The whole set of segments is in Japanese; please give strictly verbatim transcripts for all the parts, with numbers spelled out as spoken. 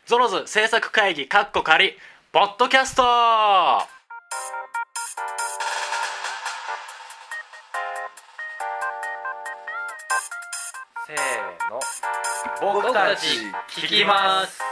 ゾロズ制作会議カッコ仮ポッドキャスト。せーの、僕たち聞きます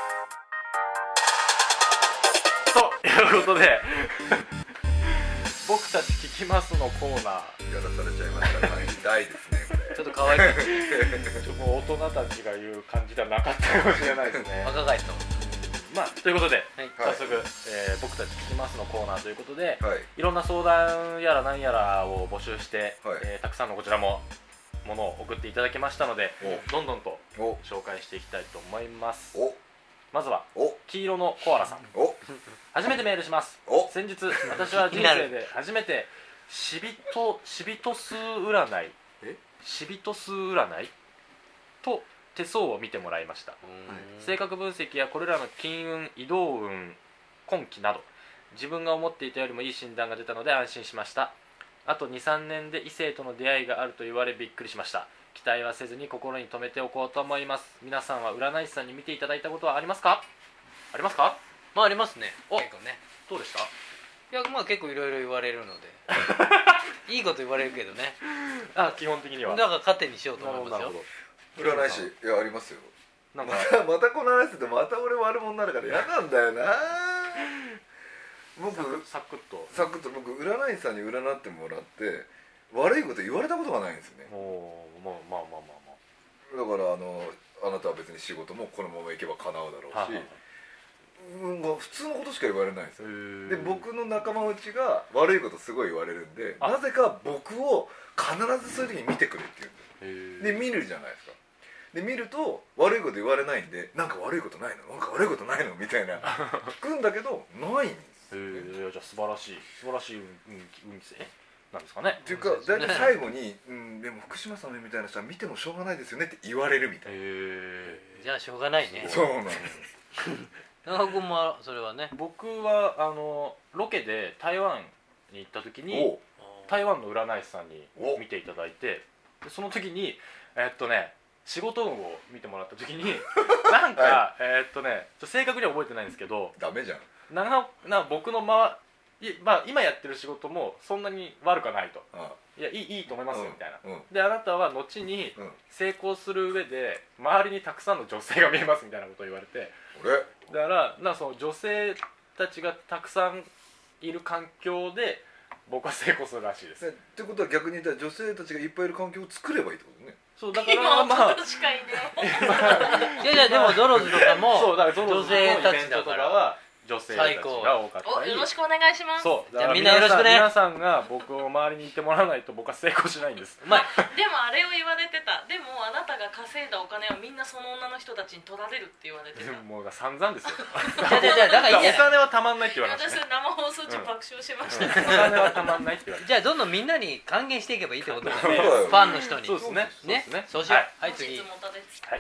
ということで僕たち聞きますのコーナーやらされちゃいましたね。大ですねこれ。 ちょっと可愛くちょもう大人たちが言う感じではなかったかもしれないですね。 若返った。 まあということで、 はい、 早速、えー、僕たち聞きますのコーナーということで、 はい、 いろんな相談やら何やらを募集して、 はいえー、たくさんのこちらもものを送っていただきましたので、どんどんと紹介していきたいと思います。 おまずはお黄色のコアラさん。 お初めてメールします。 お先日私は人生で初めてシビトシビト数占いえシビト数占いと手相を見てもらいました。性格分析やこれらの金運、移動運、今期など自分が思っていたよりもいい診断が出たので安心しました。あと にさんねんで異性との出会いがあると言われびっくりしました。期待はせずに心に留めておこうと思います。皆さんは占い師さんに見ていただいたことはありますか？ありますか？ まあありますね。 お結構ね。 どうでした？ いやまあ結構いろいろ言われるのでいいこと言われるけどね。 あ、基本的にはだから糧にしようと思いますよ。 占い師いやありますよ。 なんかまたまたこの話するとまた俺悪者になるから嫌なんだよな。僕サクッとサクッと僕占い師さんに占ってもらって悪いこと言われたことがないんですよね。 おまあまあまあまあまあだからあのあなたは別に仕事もこのままいけば叶うだろうし、 はいはいはい、 うん、普通のことしか言われないんですよ。 でで僕の仲間内が悪いことすごい言われるんで、なぜか僕を必ずそういう時に見てくれって言うんですよ。で見るじゃないですか。で見ると悪いこと言われないんで、なんか悪いことないのなんか悪いことないのみたいな聞くんだけどないんですよ、ね、 へえ、じゃあ素晴らしい素晴らしい運運勢なんですかね。 っていうか大体最後に、うん、でも福島さんみたいな人は見てもしょうがないですよねって言われるみたいな。 へえ、 じゃあしょうがないね。 そうなんです。 長尾君もそれはね。 僕はあのロケで台湾に行った時に台湾の占い師さんに見ていただいて、でその時にえっとね仕事運を見てもらった時になんか、はい、えっとねちょ正確には覚えてないんですけど、 ダメじゃん。 なな僕のまい、まあ、今やってる仕事もそんなに悪くはないと。ああいやいい、いいと思いますよ、みたいな、うん、であなたは後に成功する上で周りにたくさんの女性が見えますみたいなことを言われて、だからなんかその女性たちがたくさんいる環境で僕は成功するらしいです。 ってことは逆に言ったら女性たちがいっぱいいる環境を作ればいいってことね。 そうだからまあ確かにね。 いやいやでもゾロズとかもそうだからゾロズのイ女性たベントとかちだからは女性たちが多かったり、 よろしくお願いします。 そうじゃあみんなよろしくね。 皆さんが僕を周りにいてもらわないと僕は成功しないんです。 うまい。 でもあれを言われてた。でもあなたが稼いだお金をみんなその女の人たちに取られるって言われてた。 もう散々ですよ。 じゃあじゃあじゃあだからいいじゃない。 お金はたまんないって言われましたね。 私生放送中爆笑しました、ね。 うん、お金はたまんないって言われて。 じゃあどんどんみんなに還元していけばいいってことだね。 ファンの人に。 そうですね。 ね。 そうですね。 そうしよう。 はい、 はい、次。 はい。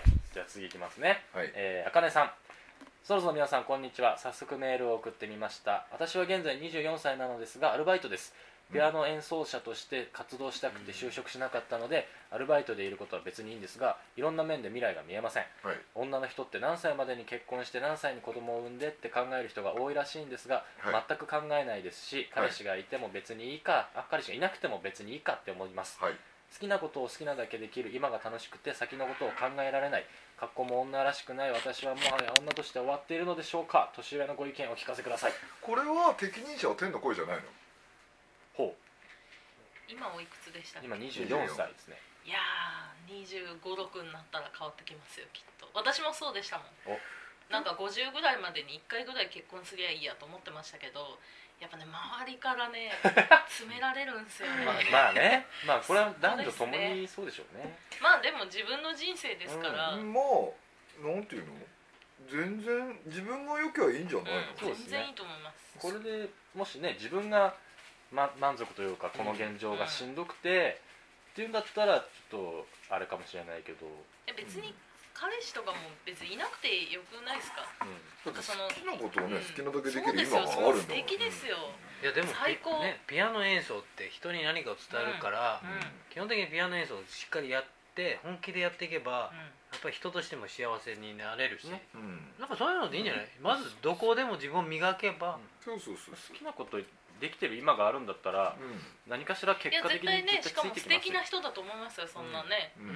じゃあ次いきますね。 はい。 えー、あかねさん。そろそろ皆さんこんにちは。早速メールを送ってみました。私は現在にじゅうよんさいなのですがアルバイトです。ピアノ演奏者として活動したくて就職しなかったので、アルバイトでいることは別にいいんですが、いろんな面で未来が見えません、はい、女の人って何歳までに結婚して何歳に子供を産んでって考える人が多いらしいんですが、はい、全く考えないですし、彼氏がいても別にいいか、あ彼氏がいなくても別にいいかって思います、はい、好きなことを好きなだけできる今が楽しくて先のことを考えられない、格好も女らしくない私はもはや女として終わっているのでしょうか。年上のご意見をお聞かせください。 これは適任者は天の声じゃないの？ ほう。 今おいくつでしたっけ？ 今にじゅうよんさいですね。 いやーにじゅうご、ろくになったら変わってきますよきっと。私もそうでしたもん。なんかごじゅうぐらいまでにいっかいぐらい結婚すりゃいいやと思ってましたけど、やっぱね周りからね詰められるんですよね。 まあ、まあね、まあこれは男女ともにそうでしょうね。 まあでも自分の人生ですから、 うん、まあなんていうの、全然自分が良きゃいいんじゃないの、 うん、全然いいと思います。 これでもしね自分が、ま、満足というかこの現状がしんどくて、うん、っていうんだったらちょっとあれかもしれないけど、 え別に彼氏とかも別にいなくてよくないですか？うん、 だって好きなことをね、うん、好きなだけできる今があるんだから。 素敵ですよ、 うん、いやでも最高、ね、ピアノ演奏って人に何かを伝えるから、うんうん、基本的にピアノ演奏をしっかりやって本気でやっていけば、 っぱり人としても幸せになれるし、ね、 うん、 なんかそういうのでいいんじゃない、うん、まずどこでも自分を磨けば、 うん、そうそうそう好きなことできてる今があるんだったら、うん、何かしら結果的に絶対ね、しかも素敵な人だと思いますよ、そんなね、うんうん、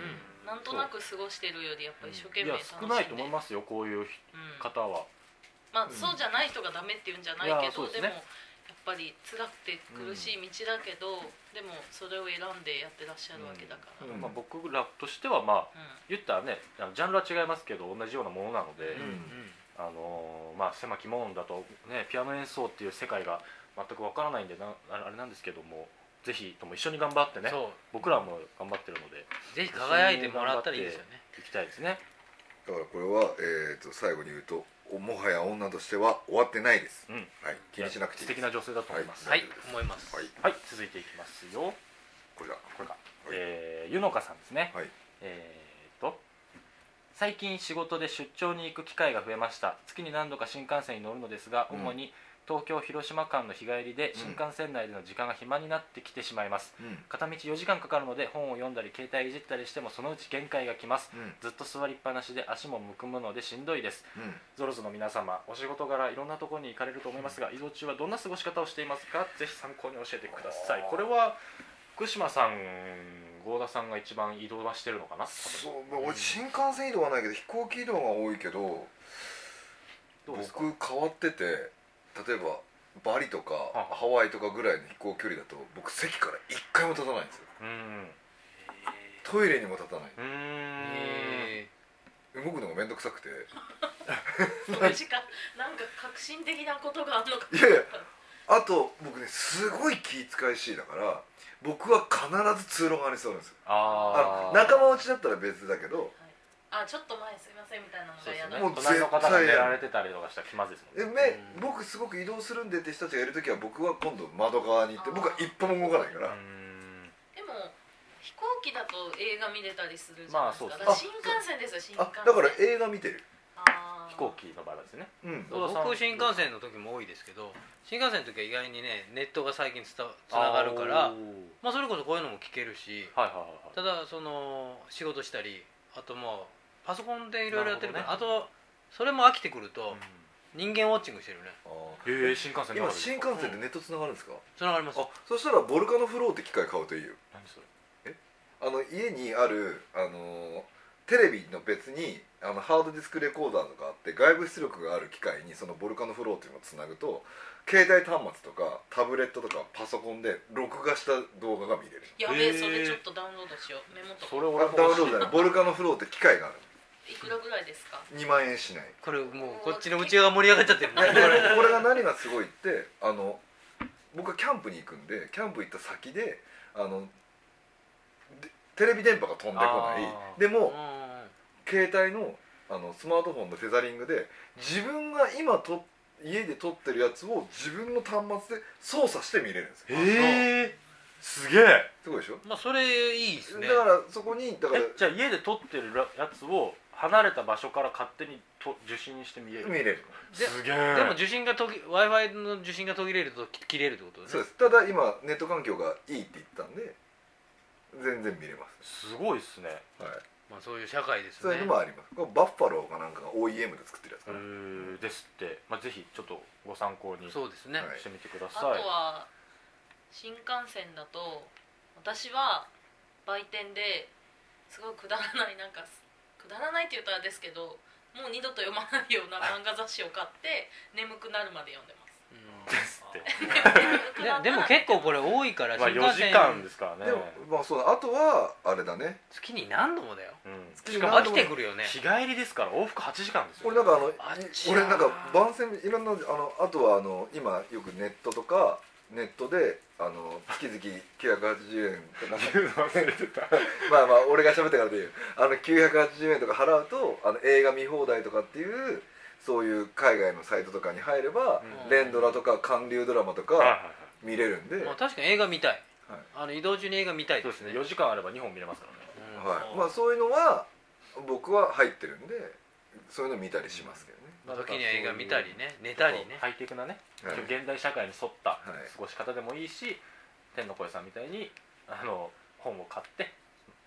なんとなく過ごしてるよりやっぱり一生懸命楽しんで、 いや少ないと思いますよ、こういう方は、 まあ、そうじゃない人がダメっていうんじゃないけど、でもやっぱり辛くて苦しい道だけど、でもそれを選んでやってらっしゃるわけだから、 まあ、僕らとしてはまあ、言ったらねジャンルは違いますけど同じようなものなので、あのまあ狭き門だとねピアノ演奏っていう世界が全くわからないんでなあれなんですけども、ぜひとも一緒に頑張ってね、僕らも頑張ってるのでぜひ輝いてもらったらいいですよね。 いきたいですね。 だからこれは、えー、と最後に言うともはや女としては終わってないです、うん、はい、気にしなくていいです。 素敵な女性だと思います。 はい、はい、思います、 はいはい、続いていきますよ。 これだこれか、はい、えー、ゆのかさんですね、 はい、 えーと最近仕事で出張に行く機会が増えました。月に何度か新幹線に乗るのですが、うん、主に東京広島間の日帰りで新幹線内での時間が暇になってきてしまいます、うん、片道よじかんかかるので本を読んだり携帯いじったりしてもそのうち限界がきます、うん、ずっと座りっぱなしで足もむくむのでしんどいです、うん、ゾロズの皆様お仕事柄いろんなところに行かれると思いますが、移動中はどんな過ごし方をしていますか？ぜひ参考に教えてください。これは福島さん、郷田さんが一番移動はしてるのかな。 そう、まあ、俺新幹線移動はないけど飛行機移動が多いけど、どうですか？僕変わってて、例えばバリとかハワイとかぐらいの飛行距離だと僕席から一回も立たないんですよ。うん、トイレにも立たない。うん、動くのがめんどくさくてそれしかなんか革新的なことがあるのか。 いやいや、あと僕ねすごい気遣いしいだから僕は必ず通路側に座るんですよ。ああ、仲間内だったら別だけど、 あ、ちょっと前すいませんみたいなのが嫌だ。 もう隣の方が寝られてたりとかしたら気まずいですもんね。 え、僕すごく移動するんでって人たちがいるときは僕は今度窓側に行って、僕は一歩も動かないから。 でも飛行機だと映画見れたりするじゃないですか。だから新幹線ですよ、新幹線。 だから映画見てる。 飛行機の場合ですね。 うん、僕新幹線の時も多いですけど、新幹線の時は意外にねネットが最近つたつながるから、まあそれこそこういうのも聞けるし、はいはいはい、ただその仕事したり、あともうパソコンでいろいろやってるから、ね、あとそれも飽きてくると、うん、人間ウォッチングしてるね。 へえ、新幹線今新幹線でネットつながるんですか？ つながります。 あ、そしたらボルカノフローって機械買うといいよ。 何それ？ え、あの家にあるあのテレビの別にあのハードディスクレコーダーとかあって外部出力がある機械にそのボルカノフローっていうのをつなぐと携帯端末とかタブレットとかパソコンで録画した動画が見れる。 やべえ、それちょっとダウンロードしよう。メモとか。 それ俺もダウンロードじゃない、ボルカノフローって機械がある。 いくらぐらいですか？ にまんえんしない。 これもうこっちの内側が盛り上がっちゃってるね。 これが何がすごいって、あの僕はキャンプに行くんで、キャンプ行った先であのテレビ電波が飛んでこないでも携帯のあのスマートフォンのテザリングで自分が今と家で撮ってるやつを自分の端末で操作して見れるんですよ。 へえ、すげえ、 すごいでしょ。 まあそれいいですね。 だからそこにだから、 え、じゃあ家で撮ってるやつを離れた場所から勝手にと受信して見れる。 見れる。 すげえ。 でも受信が途切 Wi-Fi の受信が途切れると切れるってことね。 そうです。ただ今ネット環境がいいって言ったんで全然見れます。 すごいですね。 はい。まあそういう社会ですね。 そういうのもあります。これバッファローかなんかが オーイーエム で作ってるやつかな。 へえ、ですって。まあぜひちょっとご参考にそうですねしてみてください。 あとは新幹線だと私は売店ですごいくだらないなんかくだらないって言ったらですけどもう二度と読まないような漫画雑誌を買って眠くなるまで読んでます。 ですってで, でも結構これ多いから新幹線、まあ、よじかんですからね。 でもまあそうだ、あとはあれだね、 月に何度もだよ、うん、 月に何度も飽きてくるよね。 日帰りですから往復はちじかんですよ。 これなんかあの俺なんか番宣いろんなあのあとはあの今よくネットとかネットであの月々きゅうひゃくはちじゅうえんとかまあまあ俺が喋ったからでいいよ。あのきゅうひゃくはちじゅうえんとか払うとあの映画見放題とかっていうそういう海外のサイトとかに入れば、うん、連ドラとか韓流ドラマとか見れるんで、 まあ、確かに映画見たい、はい、あの移動中に映画見たいですね。 そうですね、よじかんあればにほん見れますからね、 うん、はい、まあそういうのは僕は入ってるんでそういうの見たりしますけどね、 まあ、時には映画見たりね、寝たりね、 ハイテクなね、はい、現代社会に沿った過ごし方でもいいし、はい、天の声さんみたいにあの本を買って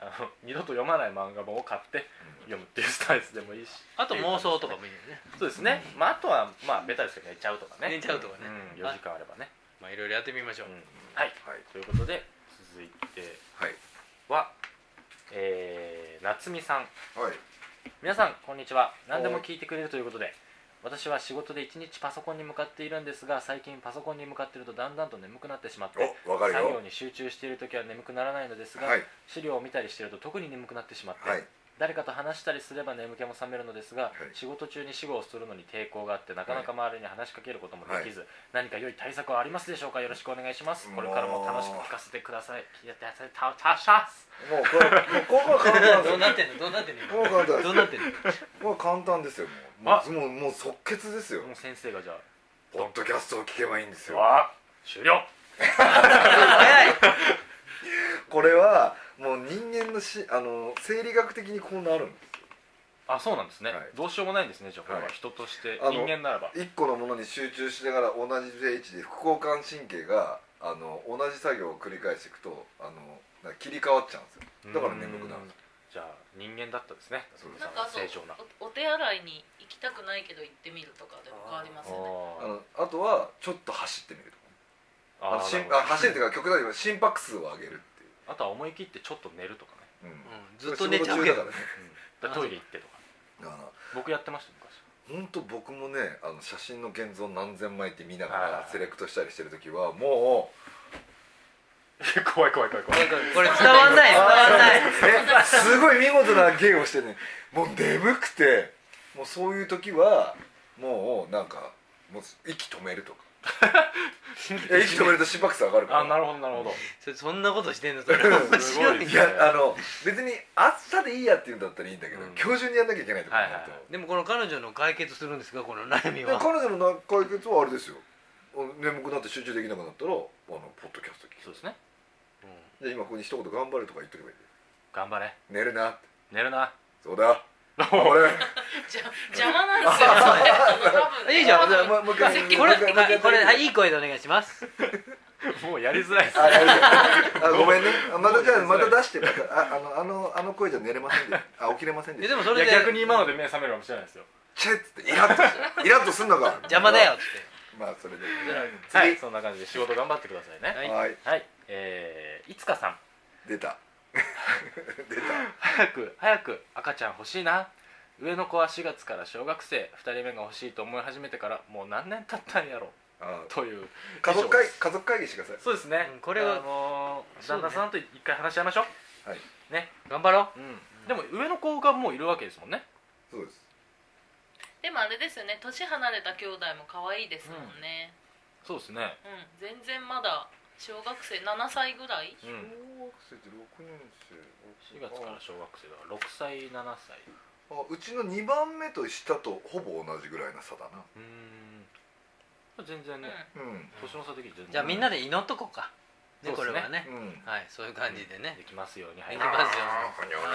あの二度と読まない漫画本を買って読むっていうスタイルでもいいし、 あと妄想とかもいいよね。 そうですね、まあ、あとはまあベタですけど寝ちゃうとかね、 寝ちゃうとかね、 うん、よじかんあればね、 まあいろいろやってみましょう、うん、 はい、はい、ということで続いては、はい、えー、夏美さん、はい、皆さんこんにちは。何でも聞いてくれるということで、私は仕事で一日パソコンに向かっているんですが、最近パソコンに向かっているとだんだんと眠くなってしまって、作業に集中しているときは眠くならないのですが、はい、資料を見たりしていると特に眠くなってしまって、はい、誰かと話したりすれば眠気も覚めるのですが、はい、仕事中に死後をするのに抵抗があってなかなか周りに話しかけることもできず、はい、何か良い対策はありますでしょうか。よろしくお願いします。これからも楽しく聞かせてください。聞いてください。たたしゃす。 もうこれもうここは簡単です。 どうなってんのどうなってんのもう簡単です。 どうなってんのもう簡単ですよ。もうもうもう即決ですよ。 もう先生がじゃあポッドキャストを聞けばいいんですよ。 わ終了。 早い。 これはもう人間のしあの生理学的にこうなるんですよ。 あ、そうなんですね、はい、どうしようもないんですね。じゃあこれは人として人間ならば一個のものに集中しながら同じページで副交感神経があの同じ作業を繰り返していくとあの切り替わっちゃうんですよ。だから眠くなる。 じゃあ人間だったですね。 なんか正常な お, お手洗いに行きたくないけど行ってみるとかでも変わりますよね。 あのあとはちょっと走ってみるとか、あああ走るっていうか極端に心拍数を上げるっていう。 あとは思い切ってちょっと寝るとかね、 うん、ずっと寝ちゃうけどね、 うん、トイレ行ってとか。あ僕やってました昔。本当僕もねあの写真の現像何千枚って見ながらセレクトしたりしてる時はもう怖い怖い怖い怖いこれ伝わんない伝わんないすごい見事な芸をしてね、もう眠くてもうそういう時はもうなんかもう息止めるとか息止めると心拍数上がるから。 あ、なるほどなるほど。 それそんなことしてんのそれ面白い。 いやあの別に朝でいいやって言うんだったらいいんだけど、うん、今日中にやんなきゃいけないとかないと、はいはいはい、 でもこの彼女の解決するんですかこの悩みは。 彼女の解決はあれですよ、眠くなって集中できなくなったらあのポッドキャスト聞く。 そうですね、 うん、で今ここに一言頑張れとか言っとけばいい。 頑張れ寝るな寝るな。 そうだ邪魔なんですよ多分。 いいじゃん。もう一回これこれいい声でお願いします。 もうやりづらいです。 あごめんね。またじゃあまた出してまたああのあのあの声じゃ寝れませんであ起きれませんでした。 でもそれで逆に今ので目覚めるかもしれないですよ。 チェッってイラッとイラッとすんのか。 邪魔だよって。 まあそれで。 はい、そんな感じで仕事頑張ってくださいね。 はいはい。えいつかさん。 出た。出た。 早く早く赤ちゃん欲しいな。上の子はしがつから小学生、ふたりめが欲しいと思い始めてからもう何年経ったんやろうという家族会家族会議してください。 そうですね、うん、これはあのー、旦那さんと一回話し合いましょう。はいね、 頑張ろう、 うん、でも上の子がもういるわけですもんね。 そうです。 でもあれですよね、年離れた兄弟も可愛いですもんね、 うん、そうですね、 うん、全然まだ小学生ななさいぐらい、うん、 小学生ってろくねん生、 しがつから小学生だからろくさいななさい。 あうちのにばんめと下とほぼ同じぐらいの差だな。 うーん全然ね、うん、年の差的に全然。 じゃあみんなで祈っとこうかね、これはね、うん、はい、そういう感じでね、 できますように、 できますように。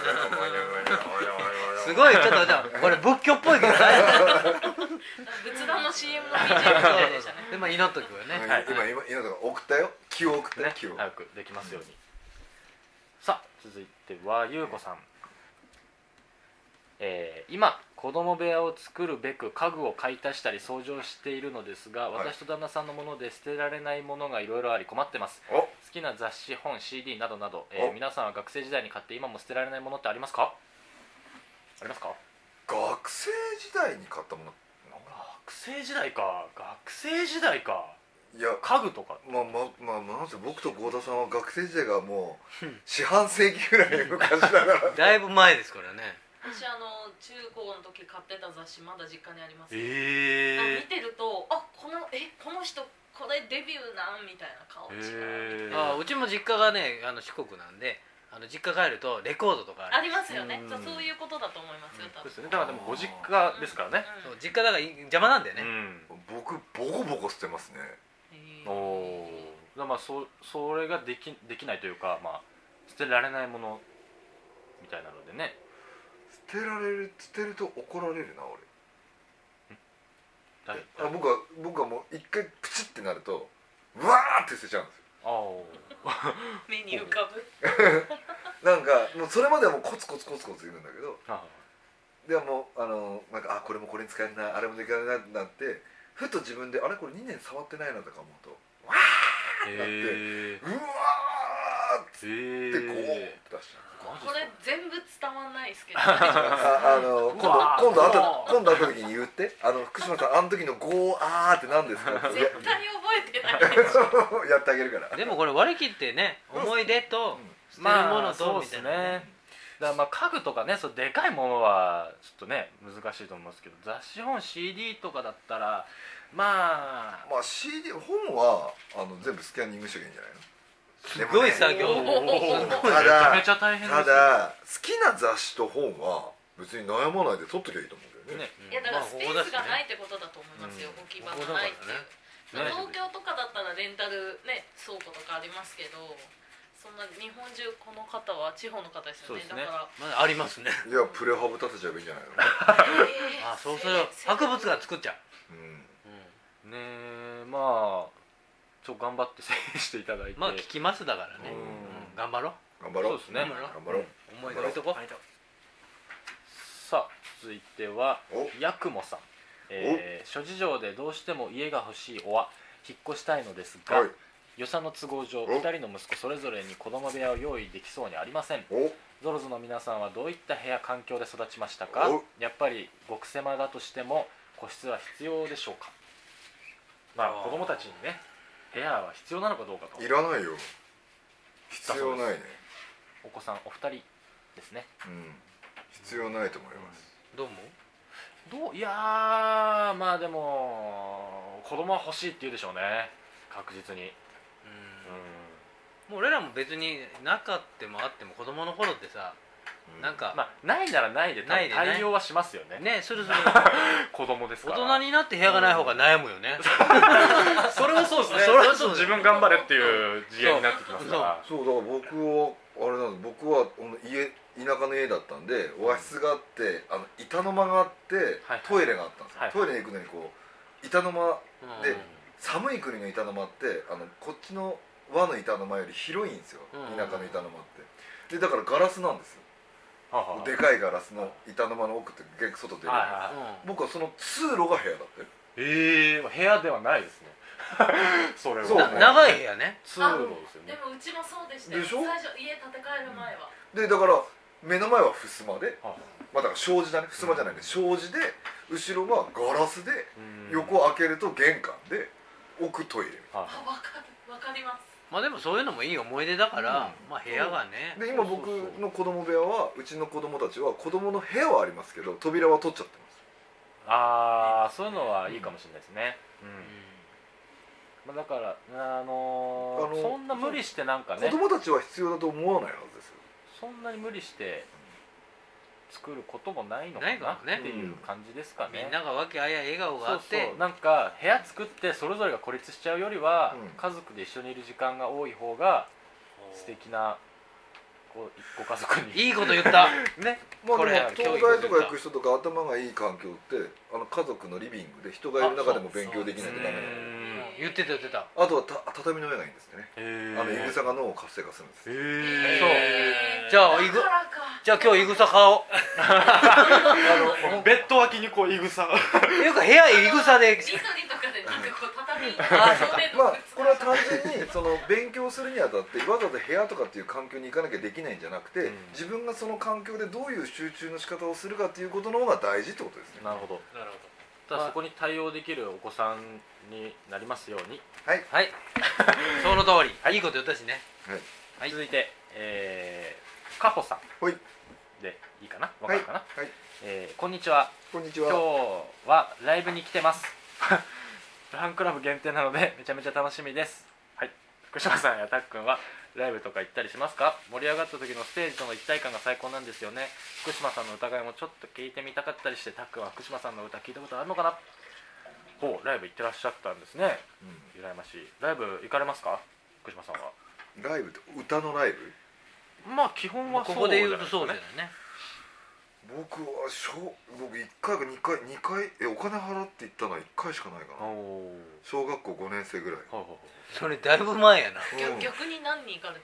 すごいちょっとじゃあこれ仏教っぽいけどね。 仏壇の シーエム の ビージーエム みたいでしたね。 でまあ祈っとくよね。 今今祈っとく送ったよ。気を送ったね。気を早くできますように。さあ続いてはゆうこさん。えー、今子供部屋を作るべく家具を買い足したり掃除をしているのですが、はい、私と旦那さんのもので捨てられないものがいろいろあり困ってます。好きな雑誌、本、シーディー などなど、えー、皆さんは学生時代に買って今も捨てられないものってありますか？ありますか？ 学生時代に買ったもの。 学生時代か学生時代かいや家具とかまあまあまあなんせ僕と郷田さんは学生時代がもう四半世紀ぐらい昔だからだいぶ前ですからね。 私あの中高の時買ってた雑誌まだ実家にあります。 えー、見てるとあこのえこの人これデビューなんみたいな顔してあうちも実家がねあの四国なんであの実家帰るとレコードとかありますよね。そうそういうことだと思いますよ。 そうですね。だからでもご実家ですからね。 そう実家だから邪魔なんだよね。 僕ボコボコ捨てますね。 おお。だまあそそれができできないというかまあ捨てられないものみたいなのでね。 捨てられる捨てると怒られるな俺。あ僕は僕はもう一回プチってなるとうわーって捨てちゃうんですよ。 ああ。 目に浮かぶ。 なんかもうそれまではもうコツコツコツコツいくんだけど、でもあのなんかあこれもこれに使えるなあれもできるなってなってふと自分であれこれにねん触ってないなとか思うとわーってなってうわーってこうって出した。 これ全部伝わんないですけどああの今度今度あった今度会った時に言ってあの福島さんあの時のゴーあーって何ですか絶対覚えてないでしょやってあげるからでもこれ割り切ってね思い出と捨てるものとみたいなねだからまあ家具とかねそのでかいものはちょっとね難しいと思いますけど雑誌本 シーディー とかだったらまあまあ シーディー 本はあの全部スキャンニングしときゃいいんじゃないの。 すごい作業ただめちゃめちゃ大変ですよ。 ただ好きな雑誌と本は別に悩まないで取っときゃいいと思うんだよね。 いやだからスペースがないってことだと思いますよ、置き場がないっていう。東京とかだったらレンタルね倉庫とかありますけど、そんな日本中この方は地方の方ですよね。だからまだありますね。 いやプレハブ立てちゃえばいいんじゃないの。 あそうする博物館作っちゃう。 うんねえまあちょっと頑張って整理していただいてまあ聞きますだからね、うん、頑張ろう頑張ろうそうですね頑張ろう、 うん、思い出置いとこう。 さあ続いてはヤクモさん、えー、諸事情でどうしても家が欲しいおは引っ越したいのですが、はい、予算の都合上ふたりの息子それぞれに子供部屋を用意できそうにありません。ゾロズの皆さんはどういった部屋環境で育ちましたか。やっぱり極狭だとしても個室は必要でしょうか。まあ子供たちにね部屋は必要なのかどうかと。 いらないよ必要ないね。 お子さんお二人ですね。 うん必要ないと思います、 うん、どう思うどういやーまあでも子供は欲しいって言うでしょうね確実に。うん、うん、 もう俺らも別になかってもあっても子供の頃ってさ、うん、なんかまあないならないで対応はしますよね。 ねするする子供ですから大人になって部屋がない方が悩むよね、 うん、それはそうですね。それはそう自分頑張れっていう次元になってきますから。 そうだから僕はあれなんです僕は家田舎の家だったんで和室があってあの板の間があって、はい、トイレがあったんですよ、はい、トイレに行くのにこう板の間で、うん、寒い国の板の間ってあのこっちの和の板の間より広いんですよ、うん、田舎の板の間ってでだからガラスなんですよ、ははでかいガラスの板の間の奥って外出るんです、はいはい、僕はその通路が部屋だったよ。 ええー、部屋ではないですねそれはそう、ね、長い部屋ね通路ですよね。 でもうちもそうでしたよ。 でしょ最初家建て替える前は、 うん、でだから目の前は襖で、はあ、まあだから障子だね襖じゃないけど障子で後ろがガラスで横開けると玄関で奥トイレみたいな。 あ分かる分かります。 まあでもそういうのもいい思い出だから、うん、まあ部屋がね。 で今僕の子供部屋はうちの子供たちは子供の部屋はありますけど扉は取っちゃってます。 ああそういうのはいいかもしれないですね。うん、うんまあ、だからあのー、あのそんな無理してなんかね子供たちは必要だと思わないはずですよ。 そんなに無理して作ることもないのかなっていう感じですかね。 みんなが和気あいあい笑顔があってそうそうなんか部屋作ってそれぞれが孤立しちゃうよりは、うん、家族で一緒にいる時間が多い方が素敵なご家族にいいこと言ったね。まあでも東大とか行く人とか頭がいい環境ってあの家族のリビングで人がいる中でも勉強できないとダメなの。 言ってた言ってた。 あとはた畳の上がいいんですね。あのいぐさが脳を活性化するんです。 へえ。そう。じゃあいぐじゃあ今日いぐさ買おう。 あのベッド脇にこういぐさ。 いうか部屋いぐさで。 ニトリとかでなんかこう畳。 あまあこれは単純にその勉強するにあたってわざわざ部屋とかっていう環境に行かなきゃできないんじゃなくて、うん、自分がその環境でどういう集中の仕方をするかっていうことの方が大事ってことですね。 なるほど。なるほど。ただそこに対応できるお子さんになりますように。 はいはいその通り、はい、いいこと言ったしね。 はい、はい、続いて、えー、かほさんはいでいいかなわかるかな、 はいはいえー、こんにちは。 こんにちは。 今日はライブに来てますファンクラブ限定なのでめちゃめちゃ楽しみです。はい、福島さんやたっくんはライブとか行ったりしますか。盛り上がった時のステージとの一体感が最高なんですよね。福島さんの歌声もちょっと聞いてみたかったりして、たっくんは福島さんの歌聞いたことあるのかな。ほうライブ行ってらっしゃったんですね、うん、羨ましい。ライブ行かれますか福島さんは。 ライブって歌のライブ。 まあ基本はそうじゃないですかね。ここで言うとそうだよね。 僕は小僕いっかいかにかいにかいえお金払って行ったのはいっかいしかないかな。小学校ごねん生ぐらい。はははそれだいぶ前やな。 逆に何人行かれたんですか。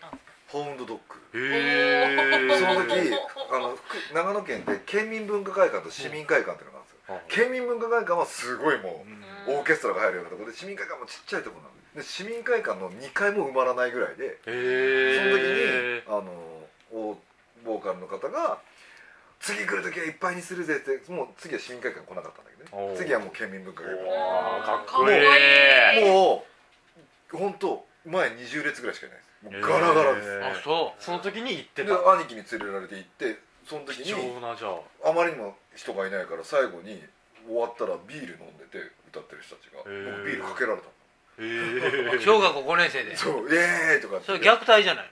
ホウンドドッグ。 へえ。 その時あの長野県で県民文化会館と市民会館っていうのがあるんですよ、うん、県民文化会館はすごいもう、うん、オーケストラが入るようなところで、市民会館もちっちゃいところなんで、で市民会館のにかいも埋まらないぐらいで、その時にあのボーカルの方が次来る時はいっぱいにするぜって、もう次は市民会館来なかったんだけどね、次はもう県民文化会館。 かっこいい。 もう本当前にじゅう列ぐらいしかいないです。もうガラガラです。 あ、そう。 その時に行ってた。 で兄貴に連れられて行って、その時に貴重なじゃあまりにも人がいないから最後に終わったらビール飲んでて歌ってる人たちが僕ビールかけられた。 へえ。小学校ごねん生で。 そうイエーイとかって。 それ虐待じゃない。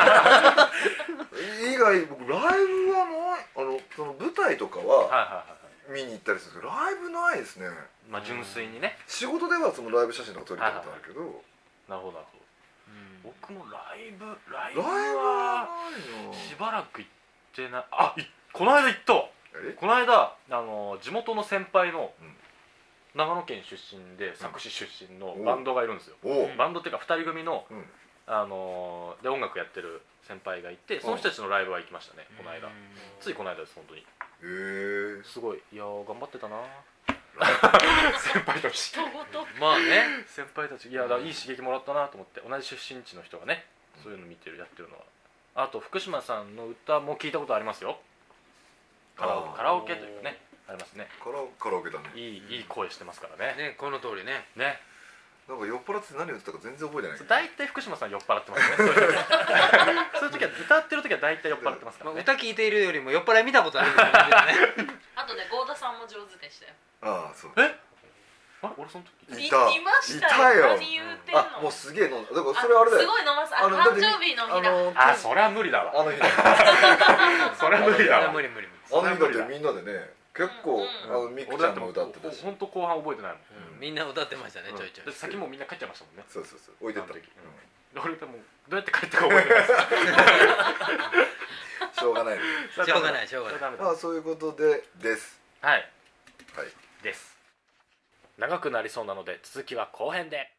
以外僕ライブはない、あのその舞台とかは見に行ったりするんですけど、ライブないですね。 まあ純粋にね。 仕事ではそのライブ写真とか撮りたことあるけど。 なるほどなるほど。僕もライブライブはしばらく行ってない。あ、この間行ったわ。この間あの地元の先輩の長野県出身で佐久市出身のバンドがいるんですよ。バンドっていうかふたり組のあので音楽やってる先輩がいて、その人たちのライブは行きましたね、この間。ついこの間です本当に。へえ。 すごい、いや頑張ってたな。先輩たち。 まあね、 先輩たち、いやだいい刺激もらったなと思って、同じ出身地の人がね、そういうの見てるやってるのは。あと福島さんの歌も聞いたことありますよ。カラオケ、カラオケというかね、ありますね。 カラカラオケだね。 いいいい声してますからね。 ね、この通りね。 ね。 なんか酔っ払って何を言ってたか全然覚えてない。 大体福島さん酔っ払ってますね。そういう時は歌ってる時は大体酔っ払ってますからね。 歌聞いているよりも酔っ払い見たことある。 あとね、郷田さんも上手でしたよ。 ああ、そう。 え？あ、俺その時いた。 いましたよ。 何言うてんの。 あ、もうすげえ飲んだ。だからそれあれだよ。 すごい飲ます。あ、誕生日の日だ。 あ、それは無理だわ。 あの日だ。 それは無理だわ。 無理無理。 あの日だってみんなでね、結構あのミクちゃんも歌ってたし。 本当後半覚えてないもん。 みんな歌ってましたね、ちょいちょい。 先もみんな帰っちゃいましたもんね。 そうそうそう。置いてった時。 俺でもどうやって帰ったか覚えてないです。 しょうがない。 しょうがないしょうがない。 まあそういうことでです。 はい。 はい。 です。長くなりそうなので続きは後編で。